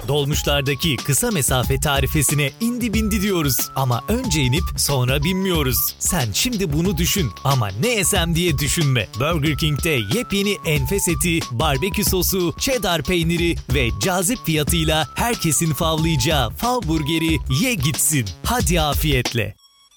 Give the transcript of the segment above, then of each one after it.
Dolmuşlardaki kısa mesafe tarifesine indi bindi diyoruz. Ama önce inip sonra binmiyoruz. Sen şimdi bunu düşün ama ne yesem diye düşünme. Burger King'de yepyeni enfes eti, barbekü sosu, cheddar peyniri ve cazip fiyatıyla herkesin favlayacağı fav burgeri ye gitsin. Hadi afiyetle.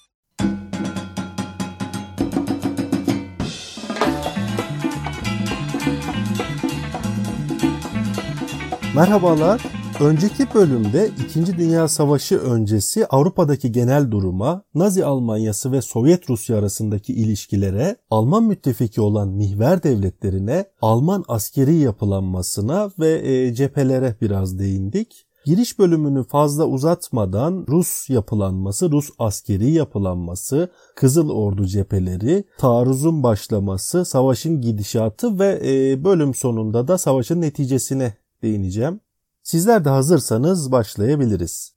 Merhabalar. Önceki bölümde 2. Dünya Savaşı öncesi Avrupa'daki genel duruma, Nazi Almanyası ve Sovyet Rusya arasındaki ilişkilere, Alman müttefiki olan mihver devletlerine, Alman askeri yapılanmasına ve cephelere biraz değindik. Giriş bölümünü fazla uzatmadan Rus yapılanması, Rus askeri yapılanması, Kızıl Ordu cepheleri, taarruzun başlaması, savaşın gidişatı ve bölüm sonunda da savaşın neticesine değineceğim. Sizler de hazırsanız başlayabiliriz.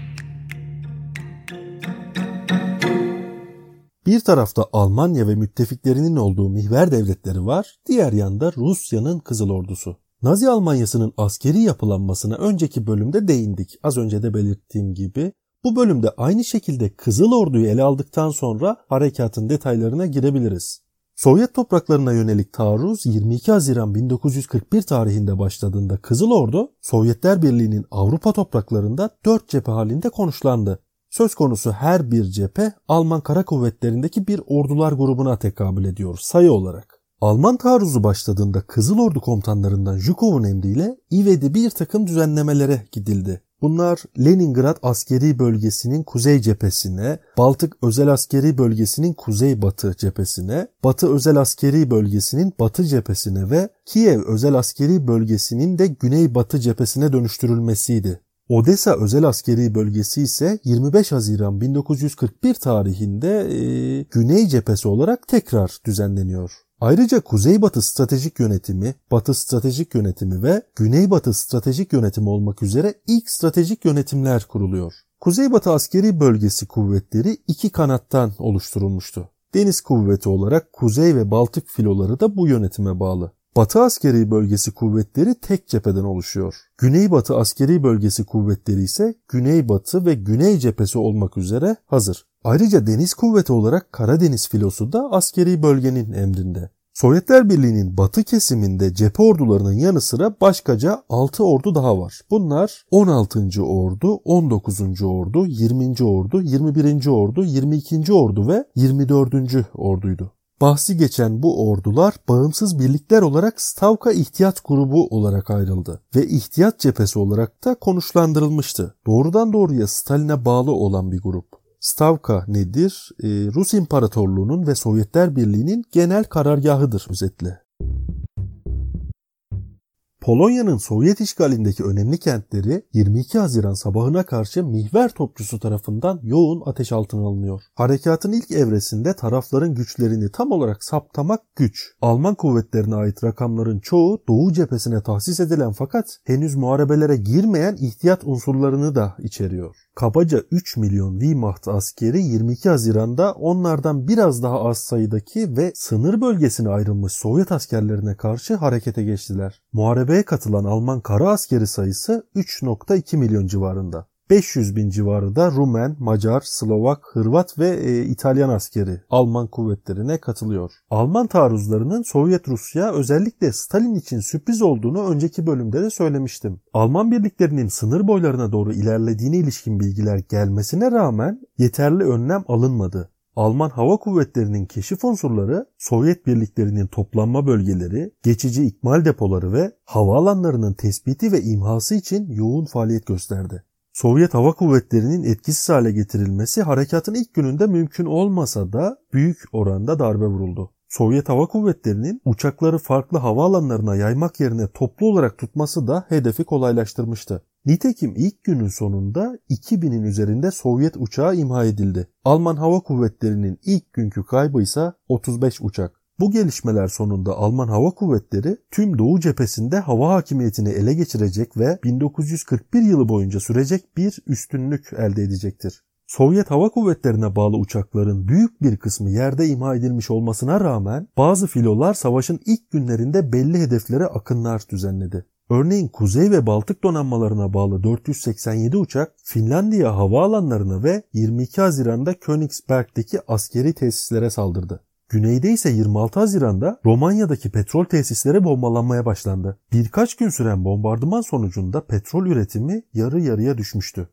Bir tarafta Almanya ve müttefiklerinin olduğu mihver devletleri var, diğer yanda Rusya'nın Kızıl Ordusu. Nazi Almanyası'nın askeri yapılanmasına önceki bölümde değindik. Az önce de belirttiğim gibi. Bu bölümde aynı şekilde Kızıl Ordu'yu ele aldıktan sonra harekatın detaylarına girebiliriz. Sovyet topraklarına yönelik taarruz 22 Haziran 1941 tarihinde başladığında Kızıl Ordu, Sovyetler Birliği'nin Avrupa topraklarında 4 cephe halinde konuşlandı. Söz konusu her bir cephe Alman kara kuvvetlerindeki bir ordular grubuna tekabül ediyor sayı olarak. Alman taarruzu başladığında Kızıl Ordu komutanlarından Zhukov'un emriyle İve'de bir takım düzenlemelere gidildi. Bunlar Leningrad askeri bölgesinin kuzey cephesine, Baltık özel askeri bölgesinin kuzeybatı cephesine, Batı özel askeri bölgesinin batı cephesine ve Kiev özel askeri bölgesinin de güneybatı cephesine dönüştürülmesiydi. Odessa özel askeri bölgesi ise 25 Haziran 1941 tarihinde güney cephesi olarak tekrar düzenleniyor. Ayrıca Kuzeybatı Stratejik Yönetimi, Batı Stratejik Yönetimi ve Güneybatı Stratejik Yönetimi olmak üzere ilk stratejik yönetimler kuruluyor. Kuzeybatı Askeri Bölgesi kuvvetleri iki kanattan oluşturulmuştu. Deniz kuvveti olarak Kuzey ve Baltık filoları da bu yönetime bağlı. Batı Askeri Bölgesi kuvvetleri tek cepheden oluşuyor. Güneybatı Askeri Bölgesi kuvvetleri ise Güneybatı ve Güney cephesi olmak üzere hazır. Ayrıca deniz kuvveti olarak Karadeniz filosu da askeri bölgenin emrinde. Sovyetler Birliği'nin batı kesiminde cephe ordularının yanı sıra başkaca 6 ordu daha var. Bunlar 16. Ordu, 19. Ordu, 20. Ordu, 21. Ordu, 22. Ordu ve 24. Orduydu. Bahsi geçen bu ordular bağımsız birlikler olarak Stavka İhtiyat Grubu olarak ayrıldı ve İhtiyat Cephesi olarak da konuşlandırılmıştı. Doğrudan doğruya Stalin'e bağlı olan bir grup. Stavka nedir? Rus İmparatorluğu'nun ve Sovyetler Birliği'nin genel karargahıdır özetle. Polonya'nın Sovyet işgalindeki önemli kentleri 22 Haziran sabahına karşı mihver topçusu tarafından yoğun ateş altına alınıyor. Harekatın ilk evresinde tarafların güçlerini tam olarak saptamak güç. Alman kuvvetlerine ait rakamların çoğu Doğu cephesine tahsis edilen fakat henüz muharebelere girmeyen ihtiyat unsurlarını da içeriyor. Kabaca 3 milyon Wehrmacht askeri 22 Haziran'da onlardan biraz daha az sayıdaki ve sınır bölgesine ayrılmış Sovyet askerlerine karşı harekete geçtiler. Muharebeye katılan Alman kara askeri sayısı 3,2 milyon civarında. 500 bin civarı da Rumen, Macar, Slovak, Hırvat ve İtalyan askeri Alman kuvvetlerine katılıyor. Alman taarruzlarının Sovyet Rusya özellikle Stalin için sürpriz olduğunu önceki bölümde de söylemiştim. Alman birliklerinin sınır boylarına doğru ilerlediğine ilişkin bilgiler gelmesine rağmen yeterli önlem alınmadı. Alman hava kuvvetlerinin keşif unsurları, Sovyet birliklerinin toplanma bölgeleri, geçici ikmal depoları ve havaalanlarının tespiti ve imhası için yoğun faaliyet gösterdi. Sovyet Hava Kuvvetleri'nin etkisiz hale getirilmesi harekatın ilk gününde mümkün olmasa da büyük oranda darbe vuruldu. Sovyet Hava Kuvvetleri'nin uçakları farklı havaalanlarına yaymak yerine toplu olarak tutması da hedefi kolaylaştırmıştı. Nitekim ilk günün sonunda 2000'in üzerinde Sovyet uçağı imha edildi. Alman Hava Kuvvetleri'nin ilk günkü kaybı ise 35 uçak. Bu gelişmeler sonunda Alman Hava Kuvvetleri tüm Doğu cephesinde hava hakimiyetini ele geçirecek ve 1941 yılı boyunca sürecek bir üstünlük elde edecektir. Sovyet Hava Kuvvetleri'ne bağlı uçakların büyük bir kısmı yerde imha edilmiş olmasına rağmen bazı filolar savaşın ilk günlerinde belli hedeflere akınlar düzenledi. Örneğin Kuzey ve Baltık donanmalarına bağlı 487 uçak Finlandiya havaalanlarına ve 22 Haziran'da Königsberg'deki askeri tesislere saldırdı. Güneyde ise 26 Haziran'da Romanya'daki petrol tesisleri bombalanmaya başlandı. Birkaç gün süren bombardıman sonucunda petrol üretimi yarı yarıya düşmüştü.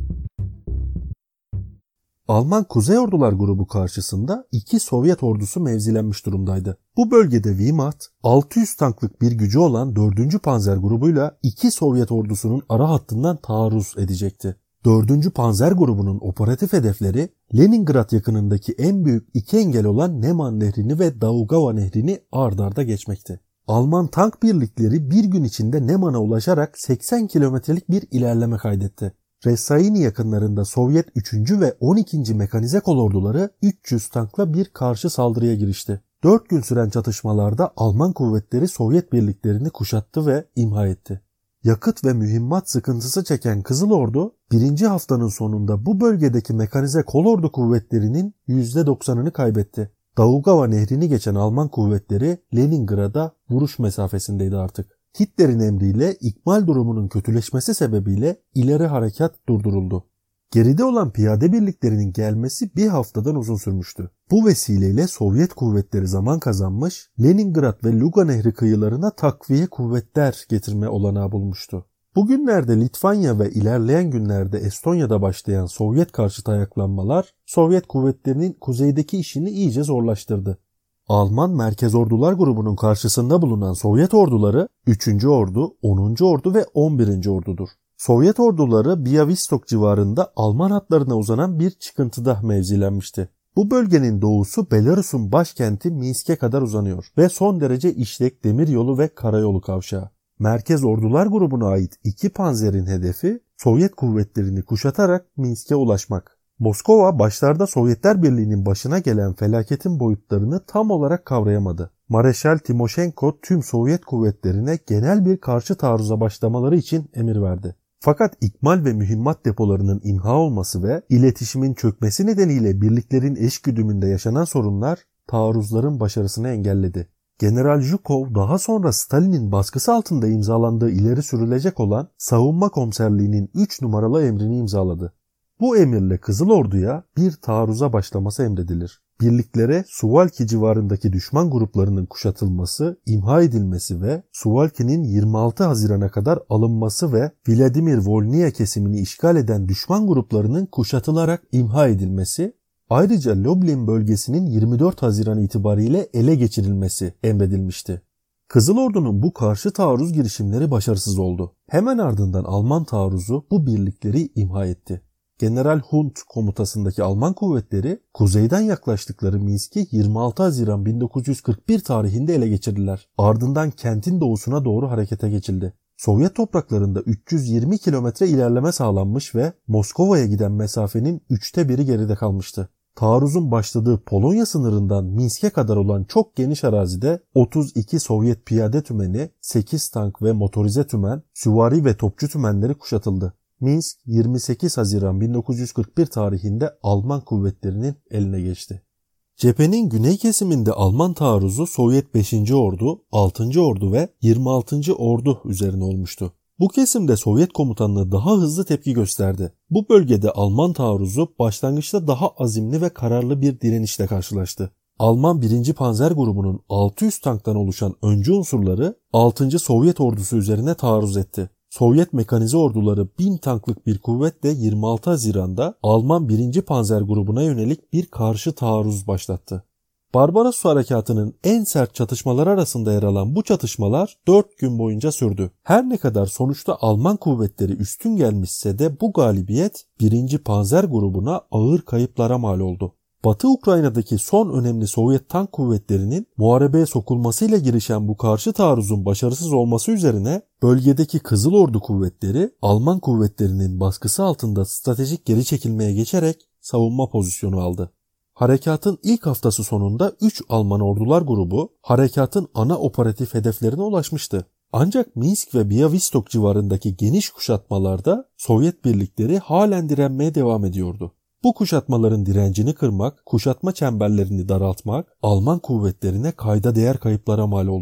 Alman Kuzey Ordular grubu karşısında 2 Sovyet ordusu mevzilenmiş durumdaydı. Bu bölgede Wehrmacht 600 tanklık bir gücü olan 4. Panzer grubuyla 2 Sovyet ordusunun ara hattından taarruz edecekti. 4. Panzer grubunun operatif hedefleri Leningrad yakınındaki en büyük iki engel olan Neman Nehri'ni ve Daugava Nehri'ni ard arda geçmekti. Alman tank birlikleri bir gün içinde Neman'a ulaşarak 80 kilometrelik bir ilerleme kaydetti. Ressaini yakınlarında Sovyet 3. ve 12. Mekanize Kolorduları 300 tankla bir karşı saldırıya girişti. 4 gün süren çatışmalarda Alman kuvvetleri Sovyet birliklerini kuşattı ve imha etti. Yakıt ve mühimmat sıkıntısı çeken Kızıl Ordu, 1. haftanın sonunda bu bölgedeki Mekanize Kolordu kuvvetlerinin %90'ını kaybetti. Daugava Nehri'ni geçen Alman kuvvetleri Leningrad'a vuruş mesafesindeydi artık. Hitler'in emriyle ikmal durumunun kötüleşmesi sebebiyle ileri harekat durduruldu. Geride olan piyade birliklerinin gelmesi bir haftadan uzun sürmüştü. Bu vesileyle Sovyet kuvvetleri zaman kazanmış, Leningrad ve Luga Nehri kıyılarına takviye kuvvetler getirme olanağı bulmuştu. Bugünlerde Litvanya ve ilerleyen günlerde Estonya'da başlayan Sovyet karşıtı ayaklanmalar, Sovyet kuvvetlerinin kuzeydeki işini iyice zorlaştırdı. Alman Merkez Ordular grubunun karşısında bulunan Sovyet orduları 3. Ordu, 10. Ordu ve 11. Ordudur. Sovyet orduları Białystok civarında Alman hatlarına uzanan bir çıkıntıda mevzilenmişti. Bu bölgenin doğusu Belarus'un başkenti Minsk'e kadar uzanıyor ve son derece işlek demiryolu ve karayolu kavşağı. Merkez Ordular grubuna ait 2 panzerin hedefi Sovyet kuvvetlerini kuşatarak Minsk'e ulaşmak. Moskova başlarda Sovyetler Birliği'nin başına gelen felaketin boyutlarını tam olarak kavrayamadı. Mareşal Timoshenko tüm Sovyet kuvvetlerine genel bir karşı taarruza başlamaları için emir verdi. Fakat ikmal ve mühimmat depolarının imha olması ve iletişimin çökmesi nedeniyle birliklerin eşgüdümünde yaşanan sorunlar taarruzların başarısını engelledi. General Zhukov daha sonra Stalin'in baskısı altında imzalandığı ileri sürülecek olan savunma komiserliğinin 3 numaralı emrini imzaladı. Bu emirle Kızıl Ordu'ya bir taarruza başlaması emredilir. Birliklere Suwalki civarındaki düşman gruplarının kuşatılması, imha edilmesi ve Suwalki'nin 26 Haziran'a kadar alınması ve Vladimir Volnya kesimini işgal eden düşman gruplarının kuşatılarak imha edilmesi, ayrıca Lublin bölgesinin 24 Haziran itibariyle ele geçirilmesi emredilmişti. Kızıl Ordu'nun bu karşı taarruz girişimleri başarısız oldu. Hemen ardından Alman taarruzu bu birlikleri imha etti. General Hunt komutasındaki Alman kuvvetleri kuzeyden yaklaştıkları Minsk'i 26 Haziran 1941 tarihinde ele geçirdiler. Ardından kentin doğusuna doğru harekete geçildi. Sovyet topraklarında 320 kilometre ilerleme sağlanmış ve Moskova'ya giden mesafenin 1/3 geride kalmıştı. Taarruzun başladığı Polonya sınırından Minsk'e kadar olan çok geniş arazide 32 Sovyet piyade tümeni, 8 tank ve motorize tümen, süvari ve topçu tümenleri kuşatıldı. Minsk 28 Haziran 1941 tarihinde Alman kuvvetlerinin eline geçti. Cephenin güney kesiminde Alman taarruzu Sovyet 5. Ordu, 6. Ordu ve 26. Ordu üzerine olmuştu. Bu kesimde Sovyet komutanlığı daha hızlı tepki gösterdi. Bu bölgede Alman taarruzu başlangıçta daha azimli ve kararlı bir direnişle karşılaştı. Alman 1. Panzer grubunun 600 tanktan oluşan öncü unsurları 6. Sovyet ordusu üzerine taarruz etti. Sovyet mekanize orduları 1000 tanklık bir kuvvetle 26 Haziran'da Alman 1. Panzer grubuna yönelik bir karşı taarruz başlattı. Barbaros Harekatı'nın en sert çatışmalar arasında yer alan bu çatışmalar 4 gün boyunca sürdü. Her ne kadar sonuçta Alman kuvvetleri üstün gelmişse de bu galibiyet 1. Panzer grubuna ağır kayıplara mal oldu. Batı Ukrayna'daki son önemli Sovyet tank kuvvetlerinin muharebeye sokulmasıyla girişen bu karşı taarruzun başarısız olması üzerine bölgedeki Kızıl Ordu kuvvetleri Alman kuvvetlerinin baskısı altında stratejik geri çekilmeye geçerek savunma pozisyonu aldı. Harekatın ilk haftası sonunda 3 Alman ordular grubu harekatın ana operatif hedeflerine ulaşmıştı. Ancak Minsk ve Białystok civarındaki geniş kuşatmalarda Sovyet birlikleri halen direnmeye devam ediyordu. Bu kuşatmaların direncini kırmak, kuşatma çemberlerini daraltmak Alman kuvvetlerine kayda değer kayıplara mal oldu.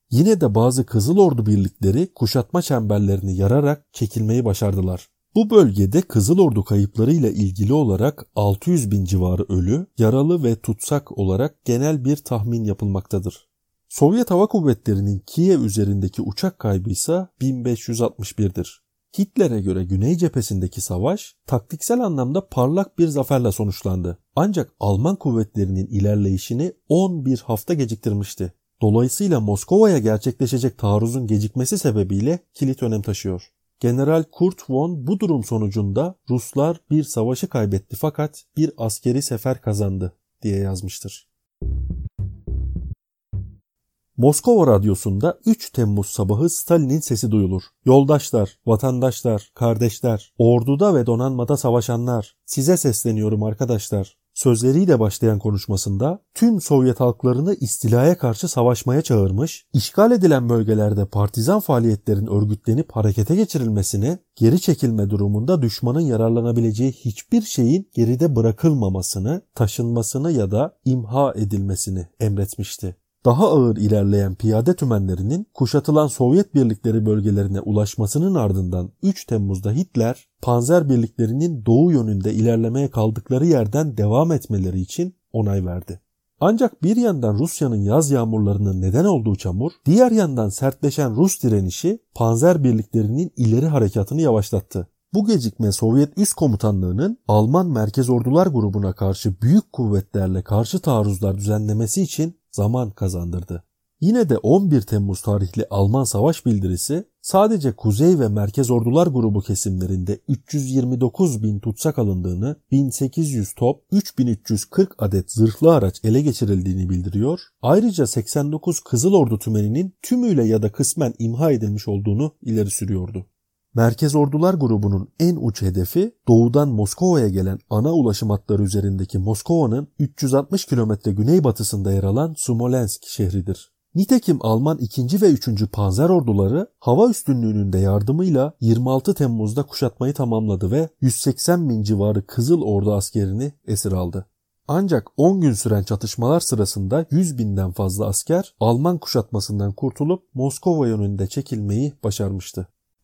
Yine de bazı Kızıl Ordu birlikleri kuşatma çemberlerini yararak çekilmeyi başardılar. Bu bölgede Kızıl Ordu kayıplarıyla ilgili olarak 600 bin civarı ölü, yaralı ve tutsak olarak genel bir tahmin yapılmaktadır. Sovyet Hava Kuvvetleri'nin Kiev üzerindeki uçak kaybı ise 1561'dir. Hitler'e göre Güney cephesindeki savaş taktiksel anlamda parlak bir zaferle sonuçlandı. Ancak Alman kuvvetlerinin ilerleyişini 11 hafta geciktirmişti. Dolayısıyla Moskova'ya gerçekleşecek taarruzun gecikmesi sebebiyle kilit önem taşıyor. General Kurt von bu durum sonucunda Ruslar bir savaşı kaybetti fakat bir askeri sefer kazandı diye yazmıştır. Moskova radyosunda 3 Temmuz sabahı Stalin'in sesi duyulur. Yoldaşlar, vatandaşlar, kardeşler, orduda ve donanmada savaşanlar, size sesleniyorum arkadaşlar. Sözleriyle başlayan konuşmasında tüm Sovyet halklarını istilaya karşı savaşmaya çağırmış, işgal edilen bölgelerde partizan faaliyetlerin örgütlenip harekete geçirilmesini, geri çekilme durumunda düşmanın yararlanabileceği hiçbir şeyin geride bırakılmamasını, taşınmasını ya da imha edilmesini emretmişti. Daha ağır ilerleyen piyade tümenlerinin kuşatılan Sovyet birlikleri bölgelerine ulaşmasının ardından 3 Temmuz'da Hitler, panzer birliklerinin doğu yönünde ilerlemeye kaldıkları yerden devam etmeleri için onay verdi. Ancak bir yandan Rusya'nın yaz yağmurlarının neden olduğu çamur, diğer yandan sertleşen Rus direnişi panzer birliklerinin ileri harekatını yavaşlattı. Bu gecikme Sovyet Üst Komutanlığı'nın Alman Merkez Ordular grubuna karşı büyük kuvvetlerle karşı taarruzlar düzenlemesi için zaman kazandırdı. Yine de 11 Temmuz tarihli Alman savaş bildirisi sadece Kuzey ve Merkez Ordular grubu kesimlerinde 329 bin tutsak alındığını, 1800 top, 3340 adet zırhlı araç ele geçirildiğini bildiriyor. Ayrıca 89 Kızıl Ordu tümeninin tümüyle ya da kısmen imha edilmiş olduğunu ileri sürüyordu. Merkez Ordular grubunun en uç hedefi doğudan Moskova'ya gelen ana ulaşım hatları üzerindeki Moskova'nın 360 kilometre güneybatısında yer alan Smolensk şehridir. Nitekim Alman 2. ve 3. Panzer Orduları hava üstünlüğünün de yardımıyla 26 Temmuz'da kuşatmayı tamamladı ve 180 bin civarı Kızıl Ordu askerini esir aldı. Ancak 10 gün süren çatışmalar sırasında 100 binden fazla asker Alman kuşatmasından kurtulup Moskova yönünde çekilmeyi başarmıştı.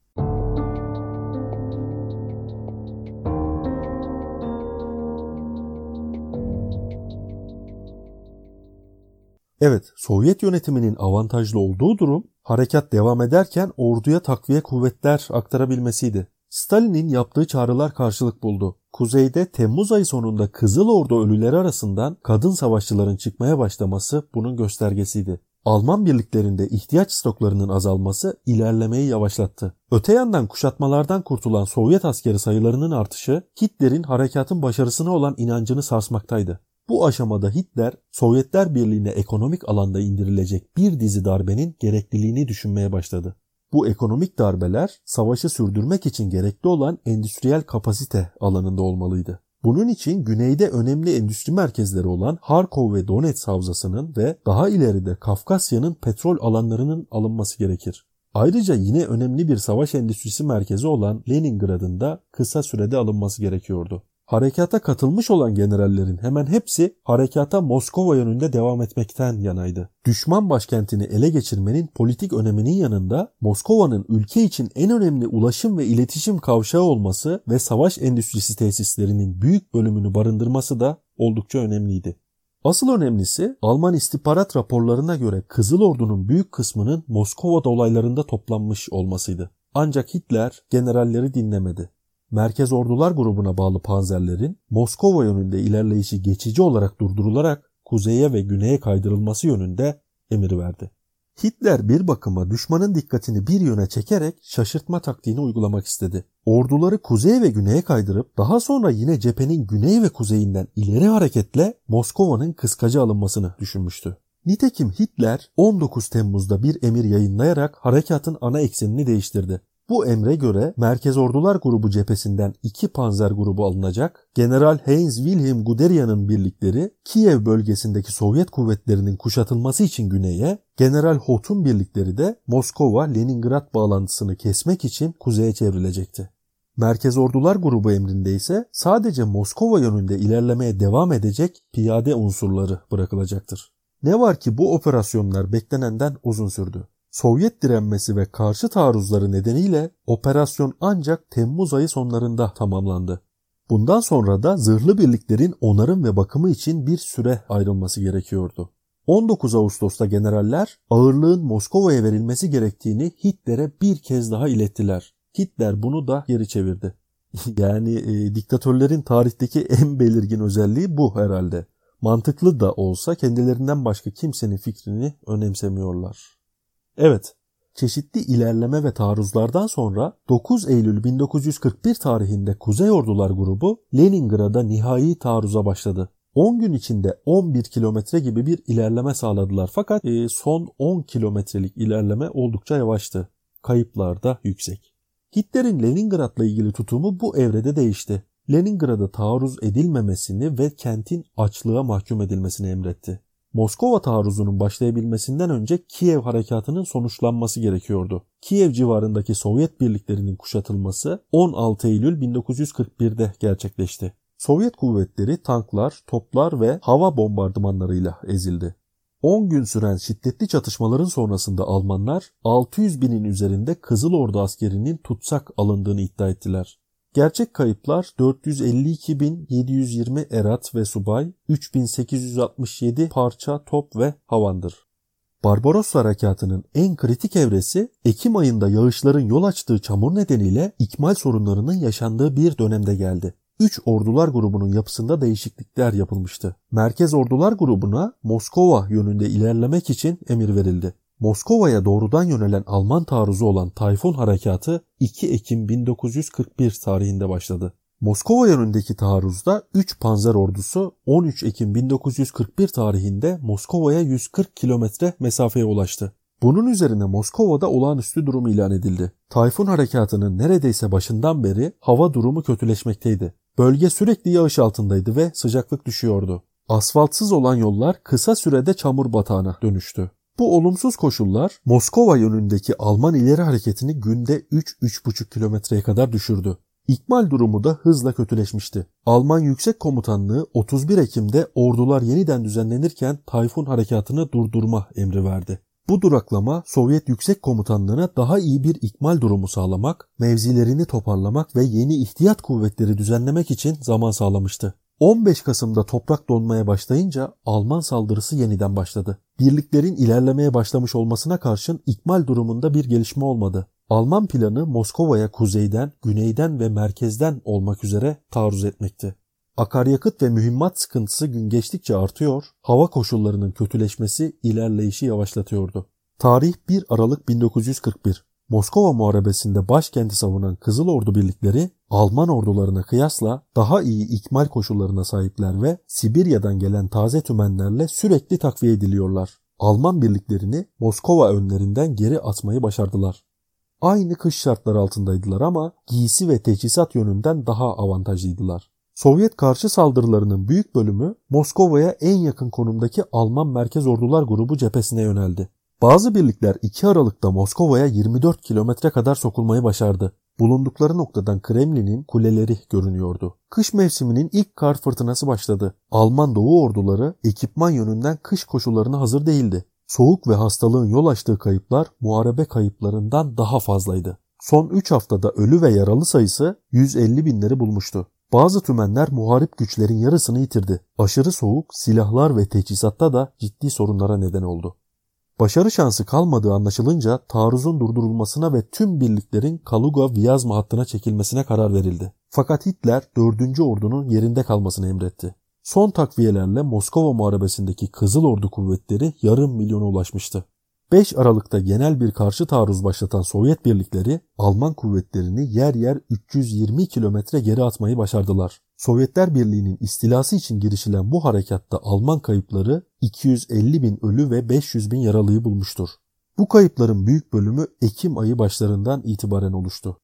Evet, Sovyet yönetiminin avantajlı olduğu durum harekat devam ederken orduya takviye kuvvetler aktarabilmesiydi. Stalin'in yaptığı çağrılar karşılık buldu. Kuzeyde Temmuz ayı sonunda Kızıl Ordu ölüleri arasından kadın savaşçıların çıkmaya başlaması bunun göstergesiydi. Alman birliklerinde ihtiyaç stoklarının azalması ilerlemeyi yavaşlattı. Öte yandan kuşatmalardan kurtulan Sovyet askeri sayılarının artışı Hitler'in harekatın başarısına olan inancını sarsmaktaydı. Bu aşamada Hitler, Sovyetler Birliği'ne ekonomik alanda indirilecek bir dizi darbenin gerekliliğini düşünmeye başladı. Bu ekonomik darbeler savaşı sürdürmek için gerekli olan endüstriyel kapasite alanında olmalıydı. Bunun için güneyde önemli endüstri merkezleri olan Harkov ve Donetsk havzasının ve daha ileride Kafkasya'nın petrol alanlarının alınması gerekir. Ayrıca yine önemli bir savaş endüstrisi merkezi olan Leningrad'ın da kısa sürede alınması gerekiyordu. Harekata katılmış olan generallerin hemen hepsi harekata Moskova yönünde devam etmekten yanaydı. Düşman başkentini ele geçirmenin politik öneminin yanında Moskova'nın ülke için en önemli ulaşım ve iletişim kavşağı olması ve savaş endüstrisi tesislerinin büyük bölümünü barındırması da oldukça önemliydi. Asıl önemlisi Alman istihbarat raporlarına göre Kızıl Ordu'nun büyük kısmının Moskova dolaylarında toplanmış olmasıydı. Ancak Hitler generalleri dinlemedi. Merkez Ordular grubuna bağlı panzerlerin Moskova yönünde ilerleyişi geçici olarak durdurularak kuzeye ve güneye kaydırılması yönünde emir verdi. Hitler bir bakıma düşmanın dikkatini bir yöne çekerek şaşırtma taktiğini uygulamak istedi. Orduları kuzeye ve güneye kaydırıp daha sonra yine cephenin güney ve kuzeyinden ileri hareketle Moskova'nın kıskaca alınmasını düşünmüştü. Nitekim Hitler 19 Temmuz'da bir emir yayınlayarak harekatın ana eksenini değiştirdi. Bu emre göre Merkez Ordular grubu cephesinden 2 panzer grubu alınacak, General Heinz Wilhelm Guderian'ın birlikleri Kiev bölgesindeki Sovyet kuvvetlerinin kuşatılması için güneye, General Hoth'un birlikleri de Moskova-Leningrad bağlantısını kesmek için kuzeye çevrilecekti. Merkez Ordular grubu emrinde ise sadece Moskova yönünde ilerlemeye devam edecek piyade unsurları bırakılacaktır. Ne var ki bu operasyonlar beklenenden uzun sürdü. Sovyet direnmesi ve karşı taarruzları nedeniyle operasyon ancak Temmuz ayı sonlarında tamamlandı. Bundan sonra da zırhlı birliklerin onarım ve bakımı için bir süre ayrılması gerekiyordu. 19 Ağustos'ta generaller ağırlığın Moskova'ya verilmesi gerektiğini Hitler'e bir kez daha ilettiler. Hitler bunu da geri çevirdi. Yani diktatörlerin tarihteki en belirgin özelliği bu herhalde. Mantıklı da olsa kendilerinden başka kimsenin fikrini önemsemiyorlar. Evet, çeşitli ilerleme ve taarruzlardan sonra 9 Eylül 1941 tarihinde Kuzey Ordular Grubu Leningrad'a nihai taarruza başladı. 10 gün içinde 11 kilometre gibi bir ilerleme sağladılar fakat son 10 kilometrelik ilerleme oldukça yavaştı. Kayıplar da yüksek. Hitler'in Leningrad'la ilgili tutumu bu evrede değişti. Leningrad'a taarruz edilmemesini ve kentin açlığa mahkum edilmesini emretti. Moskova taarruzunun başlayabilmesinden önce Kiev harekatının sonuçlanması gerekiyordu. Kiev civarındaki Sovyet birliklerinin kuşatılması 16 Eylül 1941'de gerçekleşti. Sovyet kuvvetleri tanklar, toplar ve hava bombardımanlarıyla ezildi. 10 gün süren şiddetli çatışmaların sonrasında Almanlar 600 binin üzerinde Kızıl Ordu askerinin tutsak alındığını iddia ettiler. Gerçek kayıplar 452.720 erat ve subay, 3.867 parça top ve havandır. Barbarossa harekatının en kritik evresi Ekim ayında yağışların yol açtığı çamur nedeniyle ikmal sorunlarının yaşandığı bir dönemde geldi. 3 ordular grubunun yapısında değişiklikler yapılmıştı. Merkez Ordular Grubu'na Moskova yönünde ilerlemek için emir verildi. Moskova'ya doğrudan yönelen Alman taarruzu olan Tayfun Harekatı 2 Ekim 1941 tarihinde başladı. Moskova yönündeki taarruzda 3 panzer ordusu 13 Ekim 1941 tarihinde Moskova'ya 140 kilometre mesafeye ulaştı. Bunun üzerine Moskova'da olağanüstü durum ilan edildi. Tayfun Harekatı'nın neredeyse başından beri hava durumu kötüleşmekteydi. Bölge sürekli yağış altındaydı ve sıcaklık düşüyordu. Asfaltsız olan yollar kısa sürede çamur batağına dönüştü. Bu olumsuz koşullar Moskova yönündeki Alman ileri hareketini günde 3-3,5 kilometreye kadar düşürdü. İkmal durumu da hızla kötüleşmişti. Alman Yüksek Komutanlığı 31 Ekim'de ordular yeniden düzenlenirken Tayfun Harekatı'nı durdurma emri verdi. Bu duraklama Sovyet Yüksek Komutanlığı'na daha iyi bir ikmal durumu sağlamak, mevzilerini toparlamak ve yeni ihtiyat kuvvetleri düzenlemek için zaman sağlamıştı. 15 Kasım'da toprak donmaya başlayınca Alman saldırısı yeniden başladı. Birliklerin ilerlemeye başlamış olmasına karşın ikmal durumunda bir gelişme olmadı. Alman planı Moskova'ya kuzeyden, güneyden ve merkezden olmak üzere taarruz etmekti. Akaryakıt ve mühimmat sıkıntısı gün geçtikçe artıyor, hava koşullarının kötüleşmesi ilerleyişi yavaşlatıyordu. Tarih 1 Aralık 1941. Moskova Muharebesi'nde başkenti savunan Kızıl Ordu birlikleri Alman ordularına kıyasla daha iyi ikmal koşullarına sahipler ve Sibirya'dan gelen taze tümenlerle sürekli takviye ediliyorlar. Alman birliklerini Moskova önlerinden geri atmayı başardılar. Aynı kış şartları altındaydılar ama giysi ve teçhizat yönünden daha avantajlıydılar. Sovyet karşı saldırılarının büyük bölümü Moskova'ya en yakın konumdaki Alman Merkez Ordular Grubu cephesine yöneldi. Bazı birlikler 2 Aralık'ta Moskova'ya 24 kilometre kadar sokulmayı başardı. Bulundukları noktadan Kremlin'in kuleleri görünüyordu. Kış mevsiminin ilk kar fırtınası başladı. Alman Doğu orduları ekipman yönünden kış koşullarına hazır değildi. Soğuk ve hastalığın yol açtığı kayıplar muharebe kayıplarından daha fazlaydı. Son 3 haftada ölü ve yaralı sayısı 150 binleri bulmuştu. Bazı tümenler muharip güçlerin yarısını yitirdi. Aşırı soğuk, silahlar ve teçhizatta da ciddi sorunlara neden oldu. Başarı şansı kalmadığı anlaşılınca taarruzun durdurulmasına ve tüm birliklerin Kaluga-Vyazma hattına çekilmesine karar verildi. Fakat Hitler 4. Ordu'nun yerinde kalmasını emretti. Son takviyelerle Moskova Muharebesi'ndeki Kızıl Ordu kuvvetleri yarım milyona ulaşmıştı. 5 Aralık'ta genel bir karşı taarruz başlatan Sovyet birlikleri Alman kuvvetlerini yer yer 320 kilometre geri atmayı başardılar. Sovyetler Birliği'nin istilası için girişilen bu harekatta Alman kayıpları 250 bin ölü ve 500 bin yaralıyı bulmuştur. Bu kayıpların büyük bölümü Ekim ayı başlarından itibaren oluştu.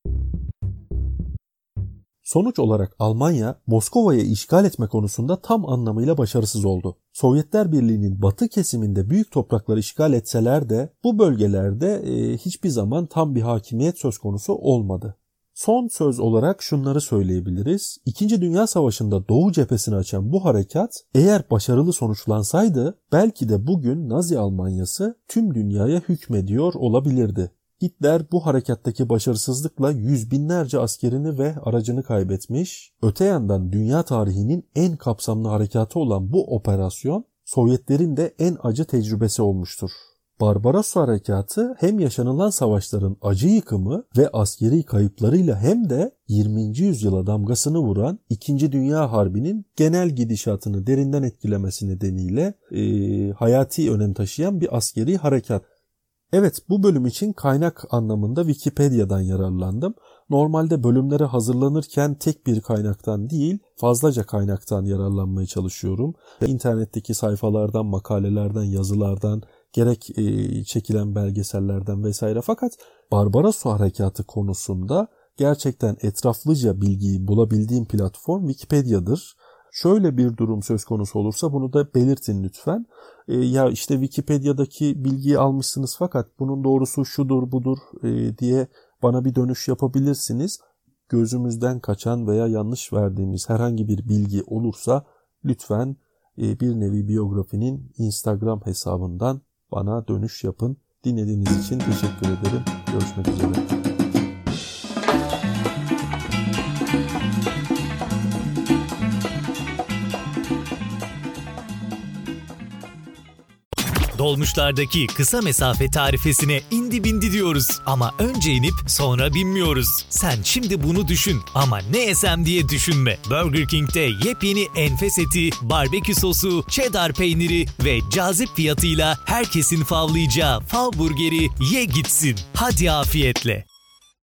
Sonuç olarak Almanya, Moskova'yı işgal etme konusunda tam anlamıyla başarısız oldu. Sovyetler Birliği'nin batı kesiminde büyük toprakları işgal etseler de bu bölgelerde hiçbir zaman tam bir hakimiyet söz konusu olmadı. Son söz olarak şunları söyleyebiliriz. İkinci Dünya Savaşı'nda Doğu cephesini açan bu harekat eğer başarılı sonuçlansaydı belki de bugün Nazi Almanyası tüm dünyaya hükmediyor olabilirdi. Hitler bu harekattaki başarısızlıkla yüz binlerce askerini ve aracını kaybetmiş. Öte yandan dünya tarihinin en kapsamlı harekatı olan bu operasyon Sovyetlerin de en acı tecrübesi olmuştur. Barbarossa Harekatı hem yaşanılan savaşların acı yıkımı ve askeri kayıplarıyla hem de 20. yüzyıla damgasını vuran 2. Dünya Harbi'nin genel gidişatını derinden etkilemesi nedeniyle hayati önem taşıyan bir askeri harekat. Evet, bu bölüm için kaynak anlamında Wikipedia'dan yararlandım. Normalde bölümlere hazırlanırken tek bir kaynaktan değil, fazlaca kaynaktan yararlanmaya çalışıyorum. İnternetteki sayfalardan, makalelerden, yazılardan, gerek çekilen belgesellerden vesaire. Fakat Barbarossa Harekatı konusunda gerçekten etraflıca bilgiyi bulabildiğim platform Wikipedia'dır. Şöyle bir durum söz konusu olursa bunu da belirtin lütfen. Ya işte Wikipedia'daki bilgiyi almışsınız fakat bunun doğrusu şudur budur diye bana bir dönüş yapabilirsiniz. Gözümüzden kaçan veya yanlış verdiğimiz herhangi bir bilgi olursa lütfen Bir Nevi Biyografinin Instagram hesabından bana dönüş yapın. Dinlediğiniz için teşekkür ederim. Görüşmek üzere. Dolmuşlardaki kısa mesafe tarifesine indi bindi diyoruz. Ama önce inip sonra binmiyoruz. Sen şimdi bunu düşün ama ne yesem diye düşünme. Burger King'de yepyeni enfes eti, barbekü sosu, cheddar peyniri ve cazip fiyatıyla herkesin favlayacağı fav burgeri ye gitsin. Hadi afiyetle.